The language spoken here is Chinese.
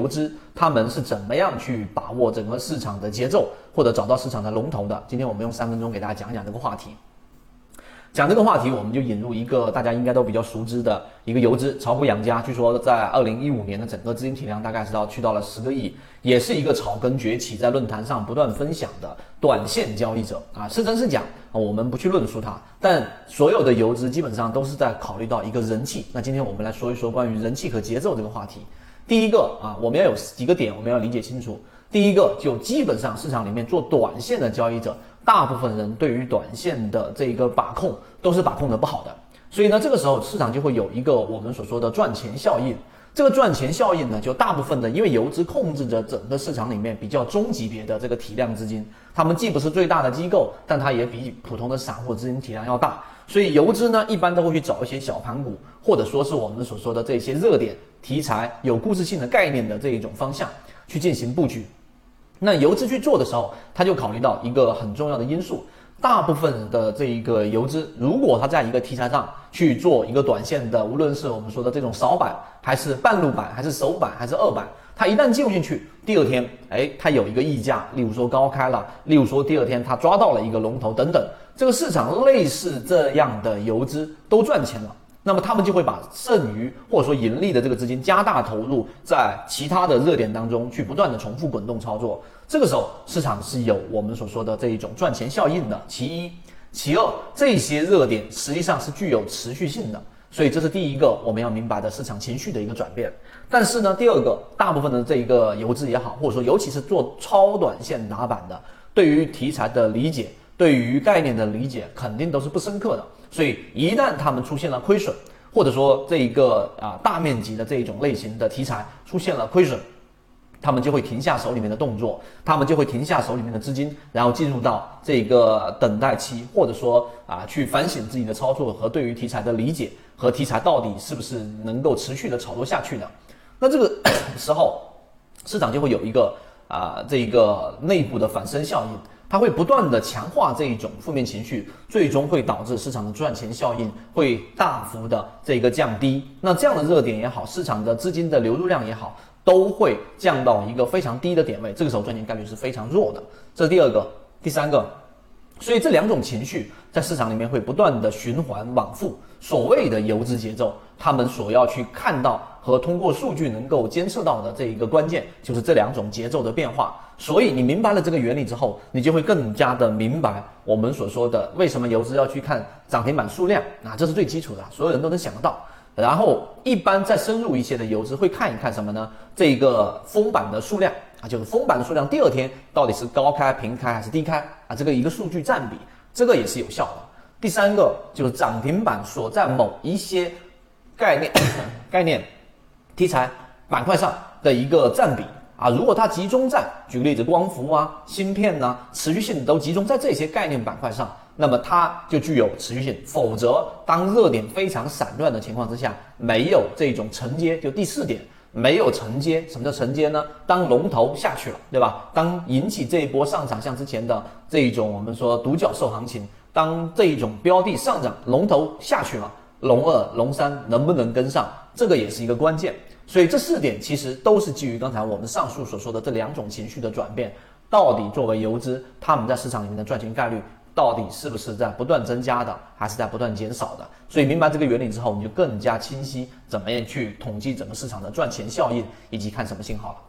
游资他们是怎么样去把握整个市场的节奏，或者找到市场的龙头的。今天我们用3分钟给大家讲一讲这个话题。讲这个话题，我们就引入一个大家应该都比较熟知的一个游资炒股养家，据说在2015年的整个资金体量大概是去到了10个亿，也是一个草根崛起，在论坛上不断分享的短线交易者啊，是真是假我们不去论述它，但所有的游资基本上都是在考虑到一个人气。那今天我们来说一说关于人气和节奏这个话题。第一个我们要有几个点我们要理解清楚。第一个，就基本上市场里面做短线的交易者，大部分人对于短线的这个把控都是把控的不好的，所以呢，这个时候市场就会有一个我们所说的赚钱效应。这个赚钱效应呢，就大部分的，因为游资控制着整个市场里面比较中级别的这个体量资金，他们既不是最大的机构，但它也比普通的散户资金体量要大，所以游资呢一般都会去找一些小盘股，或者说是我们所说的这些热点题材有故事性的概念的这一种方向去进行布局。那游资去做的时候，他就考虑到一个很重要的因素，大部分的这一个游资，如果他在一个题材上去做一个短线的，无论是我们说的这种扫板，还是半路板，还是首板，还是二板，他一旦进入进去，第二天他有一个溢价，例如说高开了，例如说第二天他抓到了一个龙头等等，这个市场类似这样的游资都赚钱了，那么他们就会把剩余或者说盈利的这个资金加大投入在其他的热点当中，去不断的重复滚动操作。这个时候市场是有我们所说的这一种赚钱效应的，其一。其二，这些热点实际上是具有持续性的，所以这是第一个我们要明白的市场情绪的一个转变。但是呢，第二个，大部分的这一个游资也好，或者说尤其是做超短线打板的，对于题材的理解，对于概念的理解肯定都是不深刻的，所以一旦他们出现了亏损，或者说这一个大面积的这一种类型的题材出现了亏损，他们就会停下手里面的动作，他们就会停下手里面的资金，然后进入到这个等待期，或者说去反省自己的操作和对于题材的理解，和题材到底是不是能够持续的炒作下去的。那这个时候市场就会有一个这个内部的反身效应，它会不断的强化这一种负面情绪，最终会导致市场的赚钱效应会大幅的这个降低。那这样的热点也好，市场的资金的流入量也好，都会降到一个非常低的点位，这个时候赚钱概率是非常弱的。这是第二个。第三个，所以这两种情绪在市场里面会不断的循环往复。所谓的游资节奏，他们所要去看到和通过数据能够监测到的这一个关键，就是这两种节奏的变化。所以你明白了这个原理之后，你就会更加的明白我们所说的为什么游资要去看涨停板数量，这是最基础的，所有人都能想得到。然后一般再深入一些的游资会看一看什么呢？这个封板的数量就是封板的数量第二天到底是高开平开还是低开这个一个数据占比，这个也是有效的。第三个就是涨停板所在某一些概念题材板块上的一个占比如果它集中在，举个例子，光伏芯片持续性都集中在这些概念板块上，那么它就具有持续性。否则当热点非常散乱的情况之下，没有这种承接，就第四点，没有承接。什么叫承接呢？当龙头下去了，对吧？当引起这一波上涨，像之前的这一种我们说独角兽行情，当这一种标的上涨，龙头下去了，龙二龙三能不能跟上，这个也是一个关键。所以这4点其实都是基于刚才我们上述所说的这两种情绪的转变，到底作为游资他们在市场里面的赚钱概率到底是不是在不断增加的，还是在不断减少的。所以明白这个原理之后，你就更加清晰怎么样去统计整个市场的赚钱效应，以及看什么信号了。